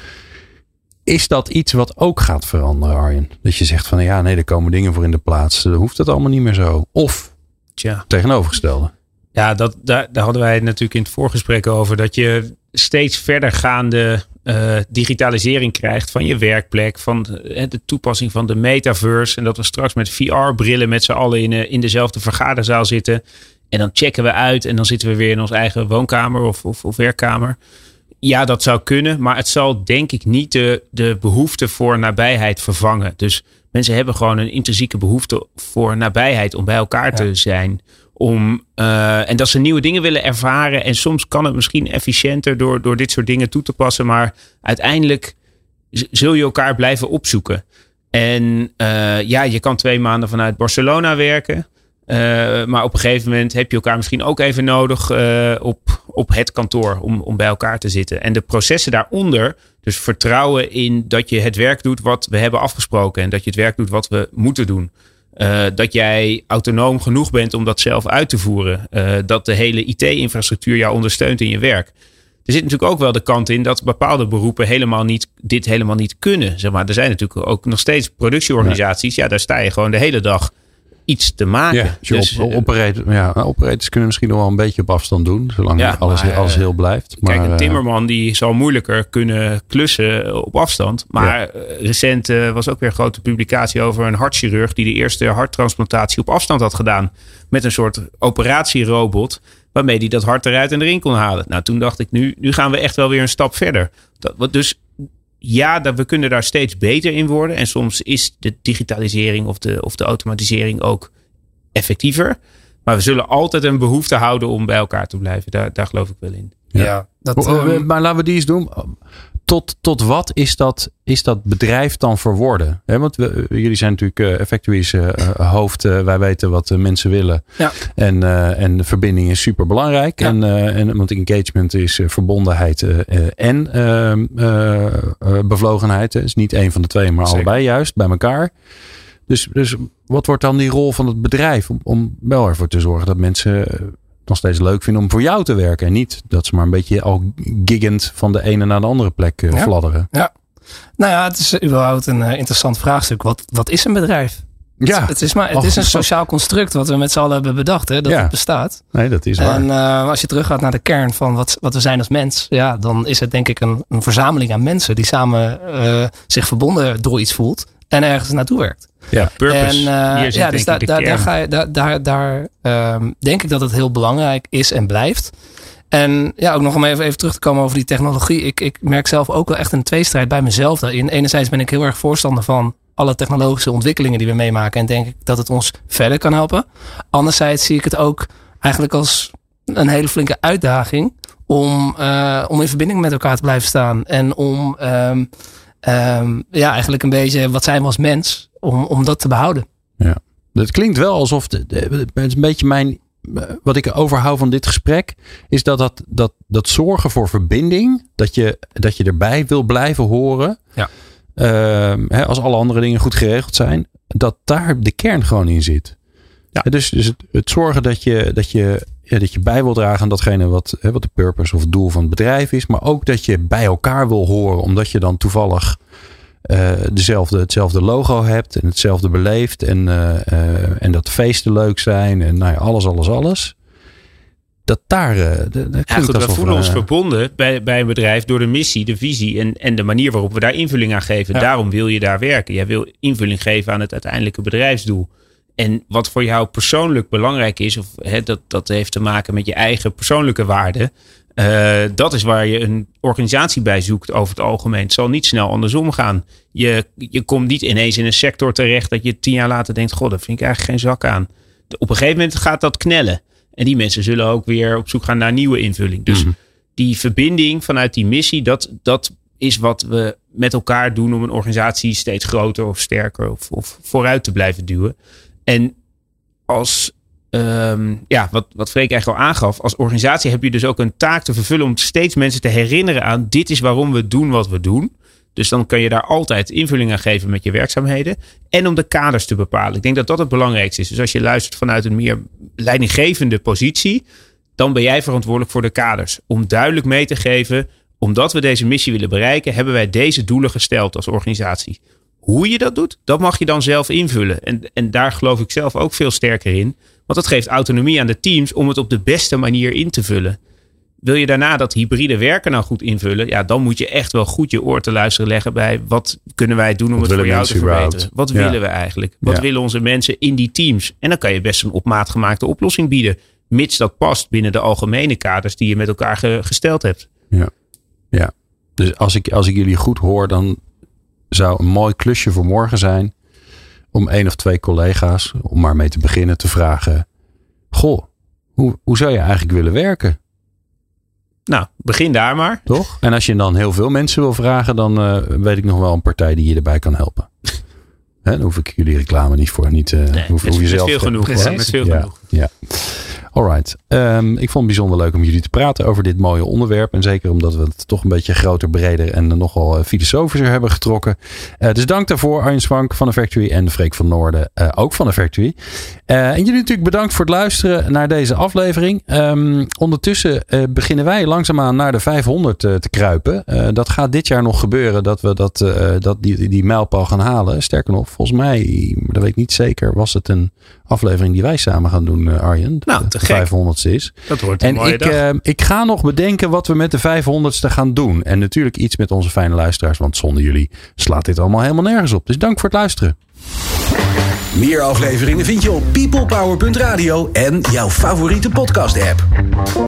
Is dat iets wat ook gaat veranderen, Arjen? Dat je zegt van ja, nee, er komen dingen voor in de plaats. Dan hoeft het allemaal niet meer zo. Of Tja. tegenovergestelde. Ja, dat, daar, daar hadden wij het natuurlijk in het voorgesprek over. Dat je steeds verdergaande uh, digitalisering krijgt van je werkplek. Van de, de toepassing van de metaverse. En dat we straks met V R-brillen met z'n allen in, in dezelfde vergaderzaal zitten. En dan checken we uit en dan zitten we weer in onze eigen woonkamer of, of, of werkkamer. Ja, dat zou kunnen. Maar het zal denk ik niet de, de behoefte voor nabijheid vervangen. Dus mensen hebben gewoon een intrinsieke behoefte voor nabijheid. Om bij elkaar ja. te zijn. Om, uh, en dat ze nieuwe dingen willen ervaren. En soms kan het misschien efficiënter door, door dit soort dingen toe te passen. Maar uiteindelijk zul je elkaar blijven opzoeken. En uh, ja, je kan twee maanden vanuit Barcelona werken. Uh, maar op een gegeven moment heb je elkaar misschien ook even nodig uh, op, op het kantoor om, om bij elkaar te zitten. En de processen daaronder, dus vertrouwen in dat je het werk doet wat we hebben afgesproken. En dat je het werk doet wat we moeten doen. Uh, dat jij autonoom genoeg bent om dat zelf uit te voeren. Uh, dat de hele I T-infrastructuur jou ondersteunt in je werk. Er zit natuurlijk ook wel de kant in dat bepaalde beroepen helemaal niet, dit helemaal niet kunnen. Zeg maar, er zijn natuurlijk ook nog steeds productieorganisaties. Ja, daar sta je gewoon de hele dag iets te maken. Ja, dus op, operator, ja, operators kunnen misschien nog wel een beetje op afstand doen. Zolang ja, alles, maar, alles heel blijft. Kijk, maar, een timmerman die zal moeilijker kunnen klussen op afstand. Maar ja. recent uh, was ook weer een grote publicatie over een hartchirurg die de eerste harttransplantatie op afstand had gedaan. Met een soort operatierobot. Waarmee hij dat hart eruit en erin kon halen. Nou, toen dacht ik, nu, nu gaan we echt wel weer een stap verder. Dat, wat dus ja, dat we kunnen daar steeds beter in worden. En soms is de digitalisering of de, of de automatisering ook effectiever. Maar we zullen altijd een behoefte houden om bij elkaar te blijven. Daar, daar geloof ik wel in. Ja, ja dat, um, maar laten we die eens doen. Tot, tot wat is dat, is dat bedrijf dan verworden? He, want we, jullie zijn natuurlijk uh, Effectui's uh, hoofd. Uh, wij weten wat uh, mensen willen. Ja. En, uh, en de verbinding is super belangrijk. Ja. En, uh, en, want engagement is uh, verbondenheid uh, uh, en uh, uh, uh, bevlogenheid. Het is niet één van de twee, maar Zeker. allebei juist bij elkaar. Dus, dus wat wordt dan die rol van het bedrijf? Om, om wel ervoor te zorgen dat mensen Uh, nog steeds leuk vinden om voor jou te werken. En niet dat ze maar een beetje al giggend van de ene naar de andere plek uh, ja. fladderen. Ja. Nou ja, het is überhaupt een uh, interessant vraagstuk. Wat, wat is een bedrijf? Ja. Het, het is, maar, het oh, is een sociaal construct wat we met z'n allen hebben bedacht. Hè, dat ja. het bestaat. Nee, dat is waar. En uh, als je teruggaat naar de kern van wat, wat we zijn als mens. Ja, dan is het denk ik een, een verzameling aan mensen. Die samen uh, zich verbonden door iets voelt. En ergens naartoe werkt. Ja, purpose. En, uh, ja, dus da, da, daar, ga je, da, daar, daar um, denk ik dat het heel belangrijk is en blijft. En ja, ook nog om even, even terug te komen over die technologie. Ik, ik merk zelf ook wel echt een tweestrijd bij mezelf daarin. Enerzijds ben ik heel erg voorstander van alle technologische ontwikkelingen die we meemaken. En denk ik dat het ons verder kan helpen. Anderzijds zie ik het ook eigenlijk als een hele flinke uitdaging. Om, uh, om in verbinding met elkaar te blijven staan. En om Um, Um, ja, eigenlijk een beetje wat zijn we als mens om, om dat te behouden. Ja, dat klinkt wel alsof de, de, het is een beetje mijn wat ik overhoud van dit gesprek, is dat dat, dat, dat zorgen voor verbinding, dat je, dat je erbij wil blijven horen. Ja. Uh, hè, als alle andere dingen goed geregeld zijn, dat daar de kern gewoon in zit. Ja. Dus, dus het, het zorgen dat je, dat je, ja, dat je bij wil dragen aan datgene wat, hè, wat de purpose of het doel van het bedrijf is. Maar ook dat je bij elkaar wil horen, omdat je dan toevallig uh, dezelfde, hetzelfde logo hebt en hetzelfde beleeft. En, uh, uh, en dat feesten leuk zijn en nou ja, alles, alles, alles. Dat daar. Uh, de, de ja, goed, we voelen uh, ons verbonden bij, bij een bedrijf door de missie, de visie en, en de manier waarop we daar invulling aan geven. Ja. Daarom wil je daar werken. Jij wil invulling geven aan het uiteindelijke bedrijfsdoel. En wat voor jou persoonlijk belangrijk is, of hè, dat, dat heeft te maken met je eigen persoonlijke waarden. Uh, dat is waar je een organisatie bij zoekt over het algemeen. Het zal niet snel andersom gaan. Je, je komt niet ineens in een sector terecht dat je tien jaar later denkt, goh, daar vind ik eigenlijk geen zak aan. Op een gegeven moment gaat dat knellen. En die mensen zullen ook weer op zoek gaan naar nieuwe invulling. Dus mm-hmm. die verbinding vanuit die missie, dat, dat is wat we met elkaar doen om een organisatie steeds groter of sterker of, of vooruit te blijven duwen. En als, um, ja, wat, wat Freek eigenlijk al aangaf, als organisatie heb je dus ook een taak te vervullen om steeds mensen te herinneren aan dit is waarom we doen wat we doen. Dus dan kun je daar altijd invulling aan geven met je werkzaamheden. En om de kaders te bepalen. Ik denk dat dat het belangrijkste is. Dus als je luistert vanuit een meer leidinggevende positie, dan ben jij verantwoordelijk voor de kaders. Om duidelijk mee te geven, omdat we deze missie willen bereiken, hebben wij deze doelen gesteld als organisatie. Hoe je dat doet, dat mag je dan zelf invullen. En, en daar geloof ik zelf ook veel sterker in. Want dat geeft autonomie aan de teams om het op de beste manier in te vullen. Wil je daarna dat hybride werken nou goed invullen? Ja, dan moet je echt wel goed je oor te luisteren leggen bij wat kunnen wij doen om wat het voor jou te verbeteren? Wat ja. willen we eigenlijk? Wat ja. willen onze mensen in die teams? En dan kan je best een op maat gemaakte oplossing bieden. Mits dat past binnen de algemene kaders die je met elkaar ge- gesteld hebt. Ja, ja. Dus als ik, als ik jullie goed hoor, dan zou een mooi klusje voor morgen zijn om één of twee collega's, om maar mee te beginnen, te vragen. Goh, hoe, hoe zou je eigenlijk willen werken? Nou, begin daar maar. Toch? En als je dan heel veel mensen wil vragen, dan uh, weet ik nog wel een partij die je erbij kan helpen. Hè, dan hoef ik jullie reclame niet voor. Niet, uh, nee, hoef, met, hoef je zelf met veel genoeg. Hè? Met veel ja, genoeg. Ja. Alright. Um, ik vond het bijzonder leuk om jullie te praten over dit mooie onderwerp. En zeker omdat we het toch een beetje groter, breder en nogal filosofischer hebben getrokken. Uh, dus dank daarvoor Arjen Swank van de Factory en Freek van Noorden uh, ook van de Factory. Uh, en jullie natuurlijk bedankt voor het luisteren naar deze aflevering. Um, ondertussen uh, beginnen wij langzaamaan naar de vijfhonderd uh, te kruipen. Uh, dat gaat dit jaar nog gebeuren dat we dat, uh, dat die, die, die mijlpaal gaan halen. Sterker nog, volgens mij, maar dat weet ik niet zeker, was het een aflevering die wij samen gaan doen, uh, Arjen. Nou, te de vijfhonderdste is. Dat wordt een en mooie ik, dag. Uh, ik ga nog bedenken wat we met de vijfhonderdste gaan doen. En natuurlijk iets met onze fijne luisteraars. Want zonder jullie slaat dit allemaal helemaal nergens op. Dus dank voor het luisteren. Meer afleveringen vind je op peoplepower punt radio en jouw favoriete podcast app.